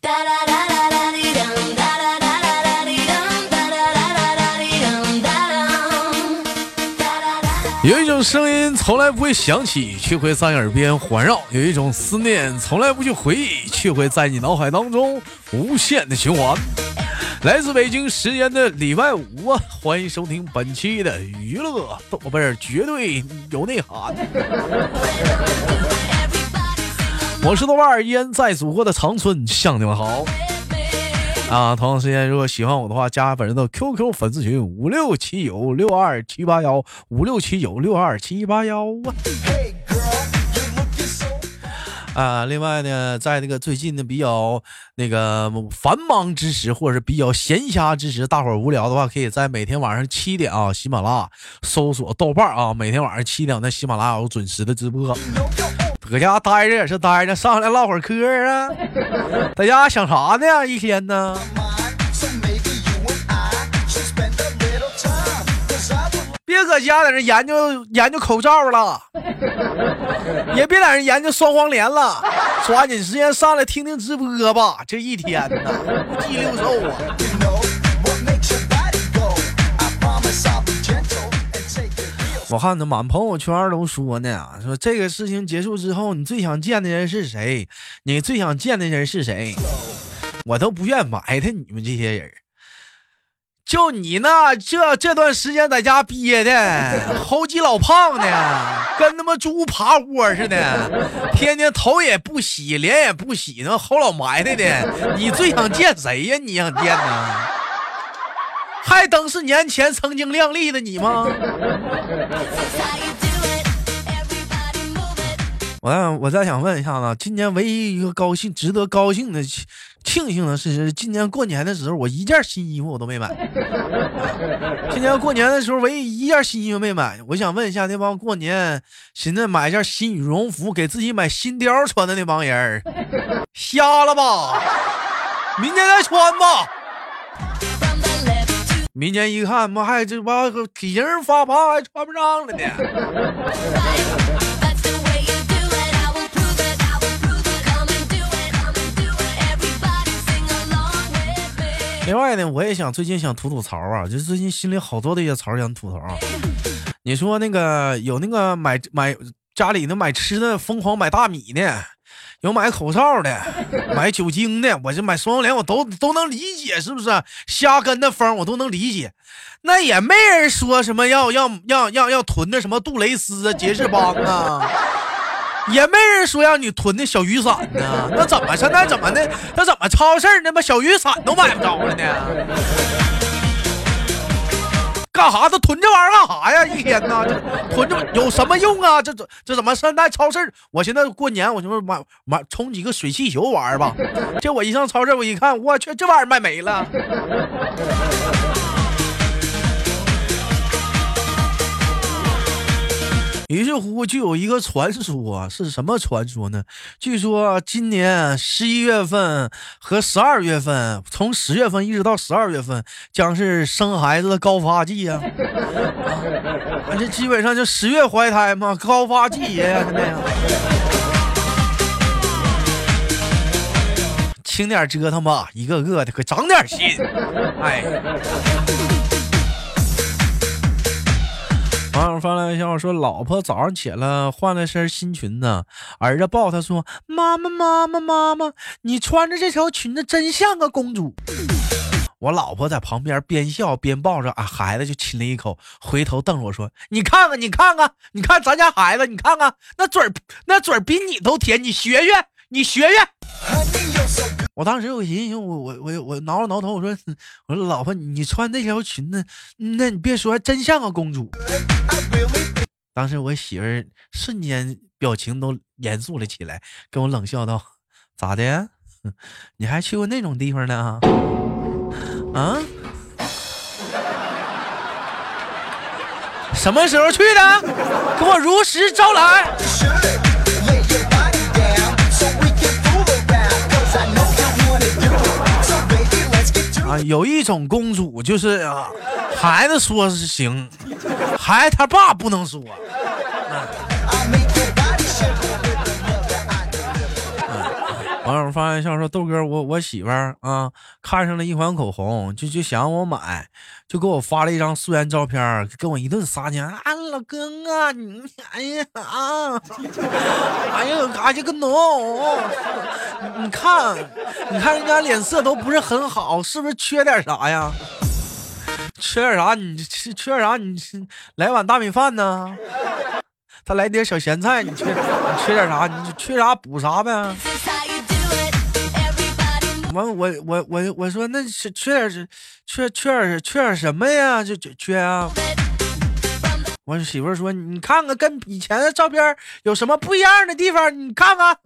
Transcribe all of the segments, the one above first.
有一种声音从来不会响起，却会在耳边环绕；有一种思念从来不去回忆，却会在你脑海当中无限的循环。来自北京时间的礼拜五啊，欢迎收听本期的娱乐豆瓣绝对有内涵。我是豆瓣，依然在祖国的长春向你们好啊！同样时间，如果喜欢我的话，加本人的 QQ 粉丝群567962781567962781啊！另外呢，在那个最近的比较那个繁忙之时，或者是比较闲暇之时，大伙儿无聊的话，可以在每天晚上7点啊，喜马拉雅搜索豆瓣啊，每天晚上7点在喜马拉雅有准时的直播。搁家待着也是待着，上来唠会儿嗑啊！大家想啥呢？一天呢？别搁家在这研究口罩了，也别在这研究双黄连了，抓紧时间上来听听直播吧！这一天呢，五鸡六兽啊！我看着满朋友圈都说呢，说这个事情结束之后，你最想见的人是谁？你最想见的人是谁？我都不愿埋汰你们这些人。就你呢，这段时间在家憋的，猴急老胖的，跟他妈猪爬窝似的，天天头也不洗，脸也不洗，那猴老埋汰的。你最想见谁呀？你想见呢？还等是年前曾经靓丽的你吗？我再想问一下呢，今年唯一一个值得高兴的庆幸的是，今年过年的时候我一件新衣服我都没买。今年过年的时候唯一一件新衣服没买，我想问一下那帮过年现在买一件新羽绒服给自己买新貂穿的那帮人，瞎了吧？明年再穿吧。明年一看，妈还这把体型发胖，还穿不上了呢。另外呢，我也最近想吐槽啊，就最近心里好多的一些槽想吐槽。你说那个有那个买家里的买吃的疯狂买大米的，有买口罩的，买酒精的，我这买双黄连我都能理解，是不是？瞎跟的风我都能理解。那也没人说什么要囤的什么杜蕾斯啊、杰士邦啊，也没人说让你囤的小雨伞呢。那怎么现在怎么的？那怎么超市那么小雨伞都买不着了呢？干啥？这囤这玩意儿干啥呀？一天呢，这囤这有什么用啊？这怎么现在超市？我现在过年，我就买充几个水气球玩吧。这我一上超市，我一看，我去，这玩意儿卖没了。于是乎就有一个传说，是什么传说呢？据说今年11月份和12月份，从10月份一直到12月份，将是生孩子的高发季啊！这基本上就10月怀胎嘛，高发季呀，那样。轻点折腾吧，一个个的可长点心，哎。网友发来一条说，老婆早上起来换了身新裙子，儿子抱她说，妈妈，你穿着这条裙子真像个公主。我老婆在旁边边笑边抱着孩子就亲了一口，回头瞪着我说，你看看你看咱家孩子，你看看那嘴比你都甜，你学学。我当时我寻思，我挠了挠头，我说老婆，你穿这条裙子，那你别说，还真像个公主。当时我媳妇儿瞬间表情都严肃了起来，跟我冷笑道，咋的？你还去过那种地方呢？啊？什么时候去的？给我如实招来。有一种公主就是孩子说是行，孩子他爸不能说。 网友发笑说豆哥，我媳妇儿啊看上了一款口红，就想让我买，就给我发了一张素颜照片，跟我一顿撒娇啊，老公啊，你哎呀啊，哎呀嘎这个浓，你看人家脸色都不是很好，是不是缺点啥呀？缺点啥？你缺点啥？你来碗大米饭呢？他来点小咸菜，你缺点啥？你缺啥补啥呗。我说那是缺点什么呀？就缺啊！我媳妇说你看看跟以前的照片有什么不一样的地方？你看看。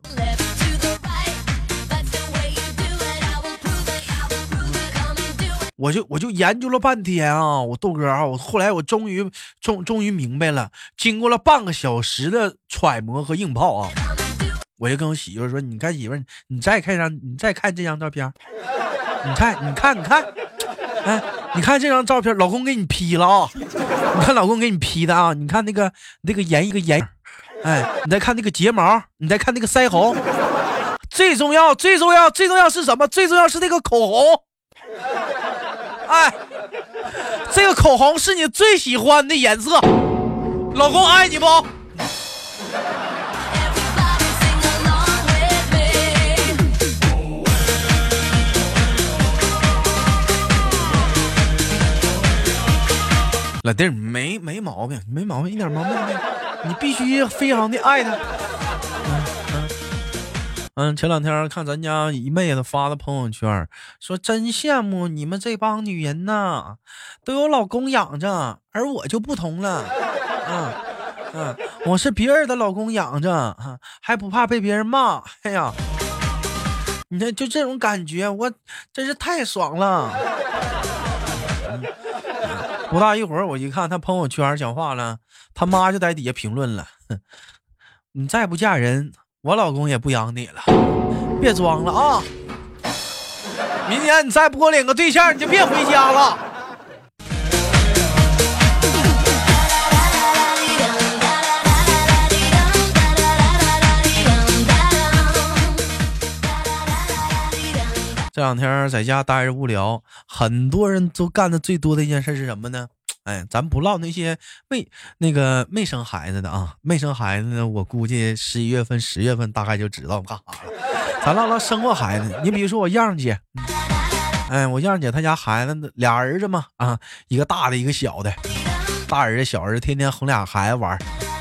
我就研究了半天啊，我豆哥啊，后来我终于明白了，经过了半个小时的揣摩和硬泡啊，我就跟我媳妇说，你看媳妇，你再看这张照片，你看，哎，你看这张照片，老公给你 P 了啊，你看老公给你 P 的啊，你看那个眼，哎，你再看那个睫毛，你再看那个腮红，最重要是什么？最重要是那个口红。哎，这个口红是你最喜欢的颜色，老公爱你不？老弟儿没毛病，一点毛病没有，你必须非常的爱他。前两天看咱家一妹子发的朋友圈，说真羡慕你们这帮女人呐，都有老公养着，而我就不同了。我是别人的老公养着，还不怕被别人骂。哎呀，你看就这种感觉，我真是太爽了。不大一会儿，我一看他朋友圈讲话了，他妈就在底下评论了：你再不嫁人，我老公也不养你了，别装了啊！明年你再不给我领个对象，你就别回家了。这两天在家待着无聊，很多人都干的最多的一件事是什么呢？哎，咱不唠那些没生孩子的啊，没生孩子呢，我估计10月份大概就知道干啥了。咱唠生过孩子，你比如说我样姐，我样姐她家孩子俩儿子嘛，啊，一个大的一个小的，大儿子小儿子天天哄俩孩子玩。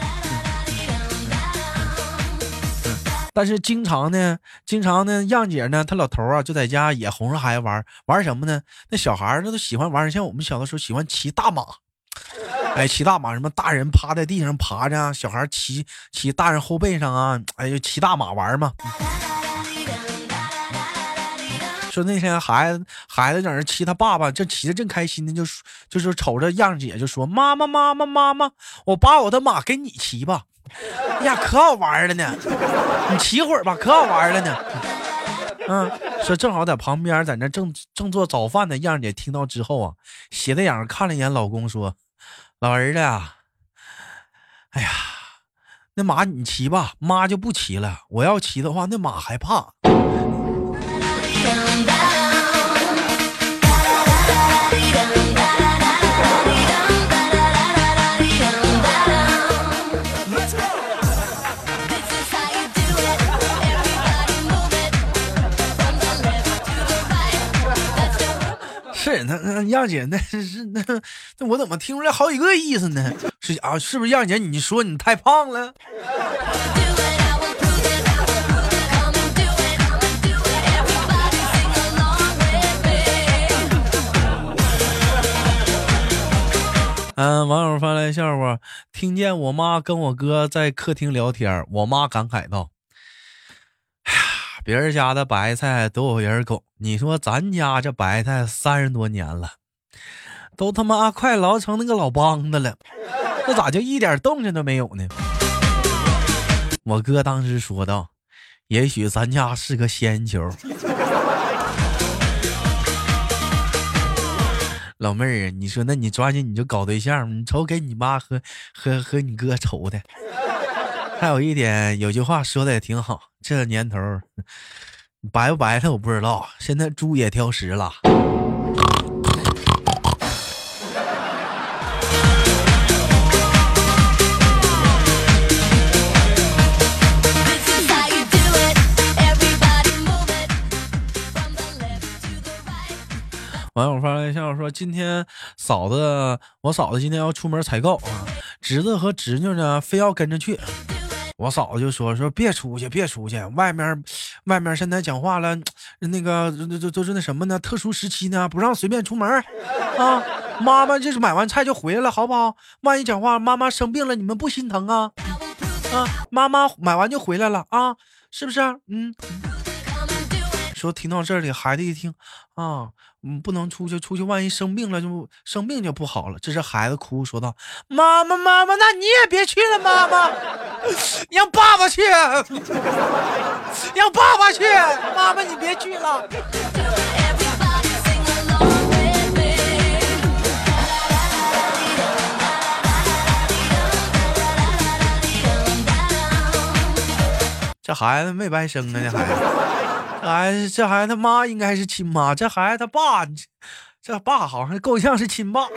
但是经常呢，样姐呢，她老头啊就在家也哄着孩子玩什么呢？那小孩呢都喜欢玩，像我们小的时候喜欢骑大马，骑大马，什么大人趴在地上爬着啊，小孩骑大人后背上啊，就骑大马玩嘛。说那天孩子在那骑他爸爸，正骑着正开心的，就是瞅着样姐就说：“妈妈，我把我的马给你骑吧。”呀，可好玩了呢！你骑会儿吧，可好玩了呢。说正好在旁边，在那正做早饭的样姐听到之后啊，斜着眼看了一眼老公，说：“老儿子啊，哎呀，那马你骑吧，妈就不骑了。我要骑的话，那马还怕。”是那样姐，那我怎么听出来好几个意思呢？是不是样姐？你说你太胖了？网友发来笑话，听见我妈跟我哥在客厅聊天，我妈感慨道：“哎呀，别人家的白菜都有人拱，你说咱家这白菜30多年了，都他妈快老成那个老梆子了，这咋就一点动静都没有呢？”我哥当时说道：“也许咱家是个仙球。”老妹儿，你说那你抓紧你就搞对象，你瞅给你妈和你哥愁的。还有一点，有句话说的也挺好，这年头白不白的我不知道，现在猪也挑食了。完了，我发来笑说，今天我嫂子今天要出门采购啊，侄子和侄女呢非要跟着去。我嫂子就说别出去，外面现在讲话了，那个都是那什么呢？特殊时期呢，不让随便出门啊。妈妈就是买完菜就回来了，好不好？万一讲话妈妈生病了，你们不心疼啊？妈妈买完就回来了啊，是不是？说听到这里，孩子一听啊，不能出去，万一生病了生病就不好了。这时孩子哭说道：“妈妈，那你也别去了，妈妈，让爸爸去，让爸爸去，妈妈你别去了。”这孩子没白生啊，这孩子他妈应该是亲妈，这孩子他爸，这爸好像够像是亲爸。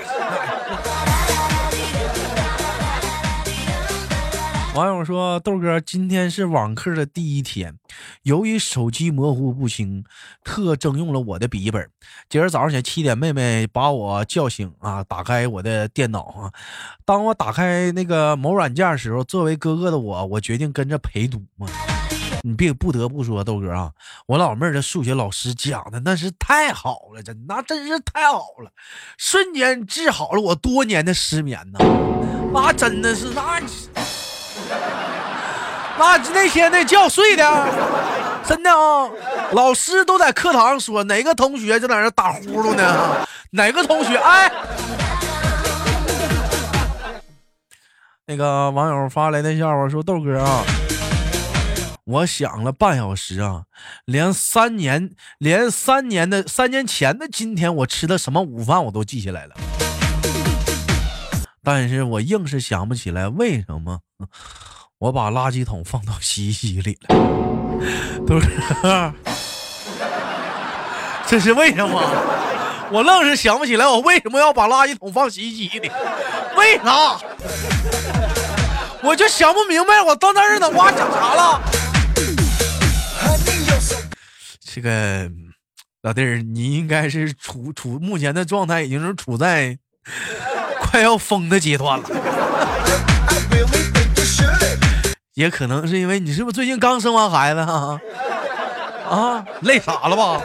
网友说，豆哥今天是网课的第一天，由于手机模糊不清，特征用了我的笔记本。今儿早上起来7点，妹妹把我叫醒啊，打开我的电脑啊。当我打开那个某软件的时候，作为哥哥的我决定跟着陪读啊。你不得不说，豆哥啊，我老妹儿的数学老师讲的那是太好了，那真是太好了，瞬间治好了我多年的失眠呢。那真的是那天那觉睡的，真的啊！老师都在课堂说哪个同学就在那打呼噜呢？哪个同学？那个网友发来的笑话说，豆哥啊，我想了半小时啊，连三年前的今天我吃的什么午饭我都记下来了，但是我硬是想不起来为什么我把垃圾桶放到洗衣机里了。都是这是为什么？我愣是想不起来我为什么要把垃圾桶放洗衣机里，为啥？我就想不明白，我到那儿呢，我讲啥了？这个老弟儿，你应该是目前的状态已经是处在快要疯的阶段了。也可能是因为你是不是最近刚生完孩子啊？累傻了吧？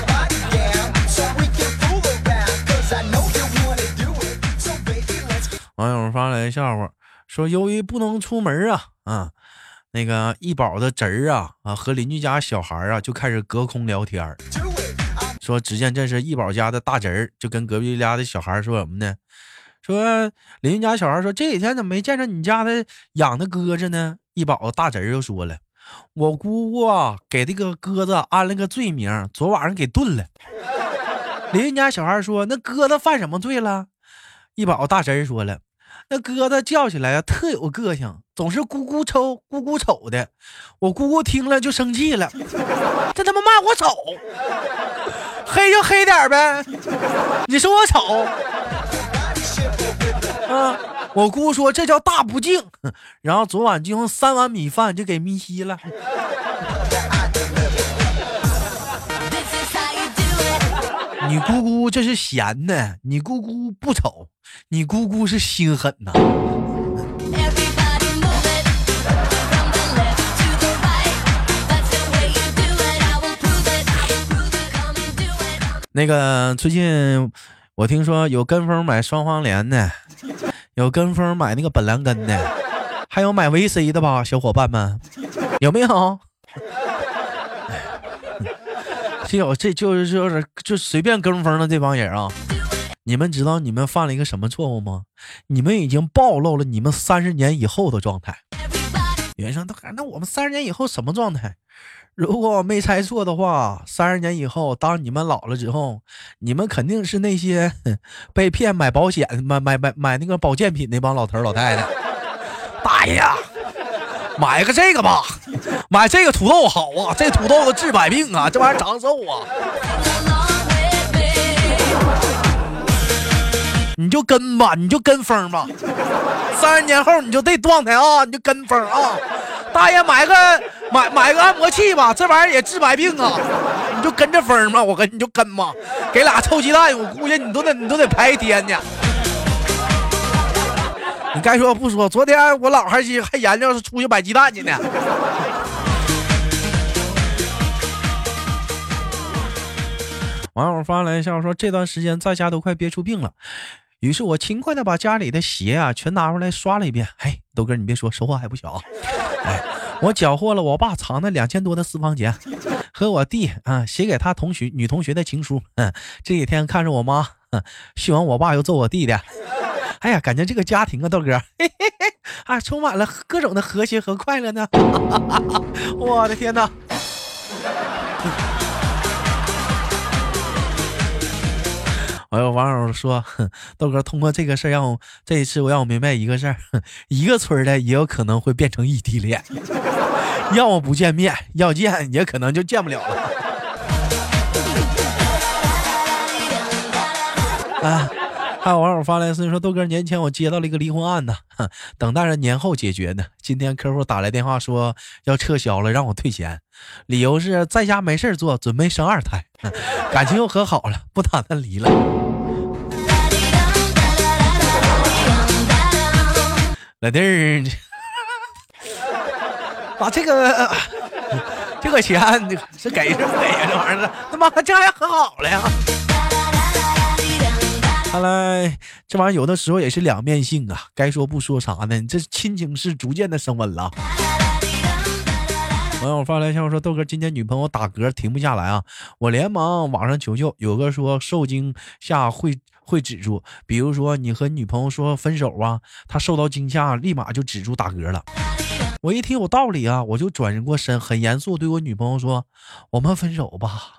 网友发来笑话说，由于不能出门那个一宝的侄儿和邻居家小孩就开始隔空聊天说只见这是一宝家的大侄儿就跟隔壁家的小孩说什么呢？说邻居家小孩说，这几天怎么没见着你家的养的鸽子呢？一宝大侄儿又说了，我姑姑给这个鸽子安了个罪名，昨晚上给炖了。邻居家小孩说，那鸽子犯什么罪了？一宝大侄儿说了，那鸽子叫起来特有个性，总是咕咕抽咕咕丑的，我姑姑听了就生气了，这他妈骂我丑，黑就黑点呗，你说我丑我姑说这叫大不敬，然后昨晚就用3碗米饭就给咪稀了。你姑姑这是闲的，你姑姑不丑，你姑姑是心狠呐。那个最近我听说有跟风买双黄连的，有跟风买那个本兰根的，还有买维 C 的吧，小伙伴们有没有？这就随便跟风的这帮人你们知道你们犯了一个什么错误吗？你们已经暴露了你们30年以后的状态。原上那我们30年以后什么状态？如果我没猜错的话，30年以后，当你们老了之后，你们肯定是那些被骗买保险、买那个保健品那帮老头老太太。大爷呀， 买个这个吧，买这个土豆好啊，这土豆子治百病啊，这玩意儿长寿啊。你就跟吧，你就跟风吧，30年后你就这状态啊，你就跟风啊。大爷买个按摩器吧，这玩意儿也治百病啊，你就跟着风嘛，你就跟吧，给俩臭鸡蛋，我估计你都得排一天呢。你该说不说，昨天我姥还研究是出去买鸡蛋去呢。网友发来笑说，这段时间在家都快憋出病了，于是我勤快的把家里的鞋啊全拿出来刷了一遍。哎，豆哥你别说，收获还不小。哎，我缴获了我爸藏的2000多的私房钱和我弟写给他女同学的情书。这几天看着我妈训完我爸又揍我弟弟。哎呀，感觉这个家庭啊，豆哥嘿嘿嘿充满了各种的和谐和快乐呢。我的天哪。还有网友说，豆哥通过这个事儿这一次我让我明白一个事儿，一个村的也有可能会变成异地恋，要么不见面，要见也可能就见不了了。还有网友发来私信说，豆哥年前我接到了一个离婚案呢，等待着年后解决呢。今天客户打来电话说要撤销了，让我退钱，理由是在家没事做，准备生2胎，感情又和好了，不打算离了。老弟儿，把这个钱是给是不给呀？这玩意儿他妈这还和好了呀？看来这玩意儿有的时候也是两面性啊，该说不说啥呢？这亲情是逐渐的升温了。网友发来消息说，豆哥今天女朋友打嗝停不下来啊，我连忙网上求救，有个说受惊吓会止住，比如说你和女朋友说分手啊，她受到惊吓立马就止住打嗝了。我一听有道理啊，我就转过身很严肃对我女朋友说，我们分手吧。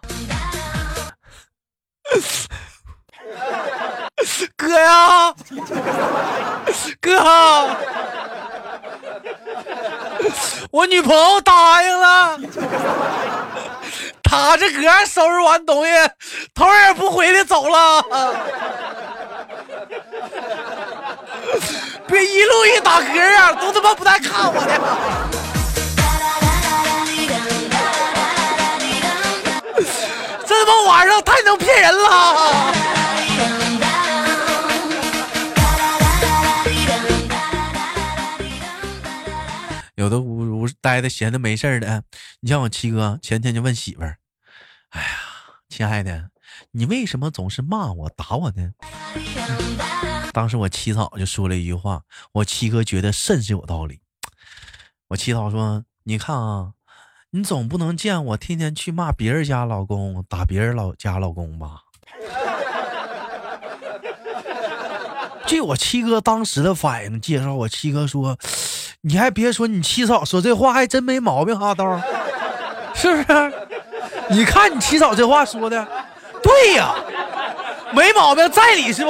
哥呀，哥，我女朋友答应了，打着嗝收拾完东西，头也不回的走了。别一路一打嗝啊，都他妈不带看我的。这他妈晚上太能骗人了。有的屋待的闲的没事的，你像我七哥前天就问媳妇儿，哎呀，亲爱的，你为什么总是骂我打我呢？当时我七嫂就说了一句话，我七哥觉得甚是有道理。我七嫂说，你看啊，你总不能见我天天去骂别人家老公打别人家老公吧。据我七哥当时的反应介绍，我七哥说，你还别说，你七嫂说这话还真没毛病哈，豆儿，是不是？你看你七嫂这话说的，对呀，没毛病，在理是不？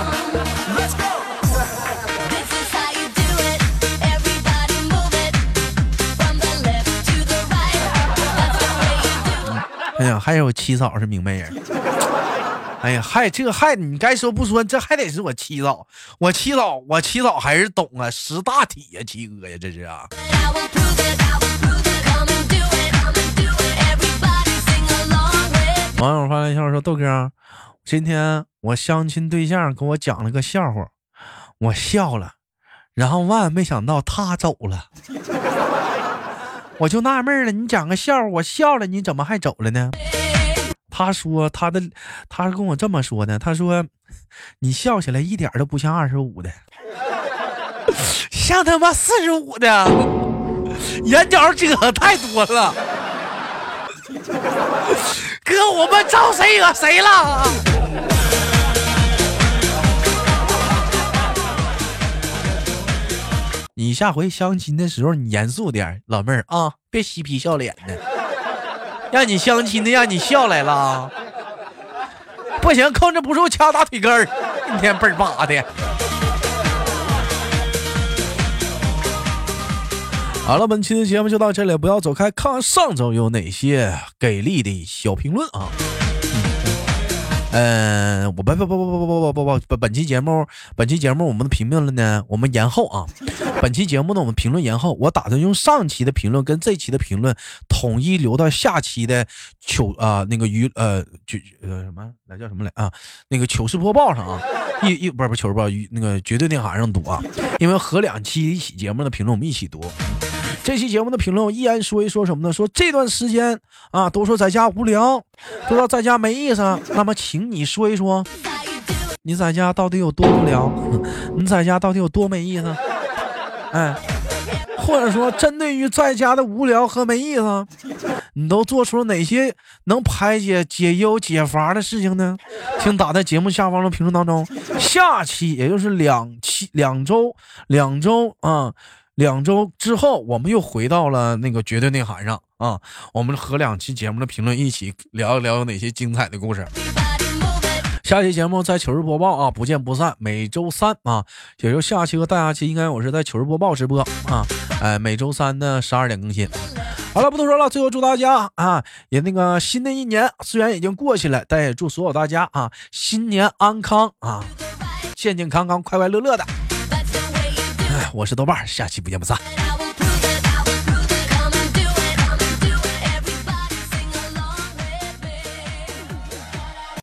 哎呀，还有七嫂是明白人。哎呀，你该说不说，这还得是我七嫂，我七嫂还是懂啊，识大体呀，七哥呀，这是啊。网友发来消息说，豆哥，今天我相亲对象给我讲了个笑话，我笑了，然后万万没想到他走了。我就纳闷了，你讲个笑话我笑了，你怎么还走了呢？他说他跟我这么说的，他说你笑起来一点都不像25的，像他妈45的，眼角褶太多了。哥，我们招谁惹谁了？你下回相亲的时候你严肃点，老妹儿啊，别嬉皮笑脸的。让你相亲的让你笑来了，不行，控制不住掐大腿根儿，一天倍儿拔的。 好了，本期的节目就到这里，不要走开，看上周有哪些给力的小评论啊。我本期节目我们的评论呢，我们延后啊。本期节目呢，我们评论延后，我打算用上期的评论跟这期的评论统一留到下期的那个什么来叫什么来啊？那个糗事播报上啊，不是糗事播报，那个绝对内涵上读啊，因为和两期一起节目的评论我们一起读。这期节目的评论我依然说一说什么呢？说这段时间啊，都说在家无聊，都说在家没意思。那么，请你说一说，你在家到底有多无聊？你在家到底有多没意思？哎，或者说，针对于在家的无聊和没意思，你都做出了哪些能排解、解忧、解乏的事情呢？请打在节目下方的评论当中。下期也就是两周之后，我们又回到了那个绝对内涵上啊！我们和两期节目的评论一起聊一聊有哪些精彩的故事。下期节目在糗事播报啊，不见不散。每周三啊，也就下期和大下期应该我是在糗事播报直播啊，每周三的12点更新。好了，不多说了，最后祝大家啊，也那个新的一年虽然已经过去了，但也祝所有大家啊，新年安康啊，健健康康，快快乐乐的。我是豆瓣，下期不见不散。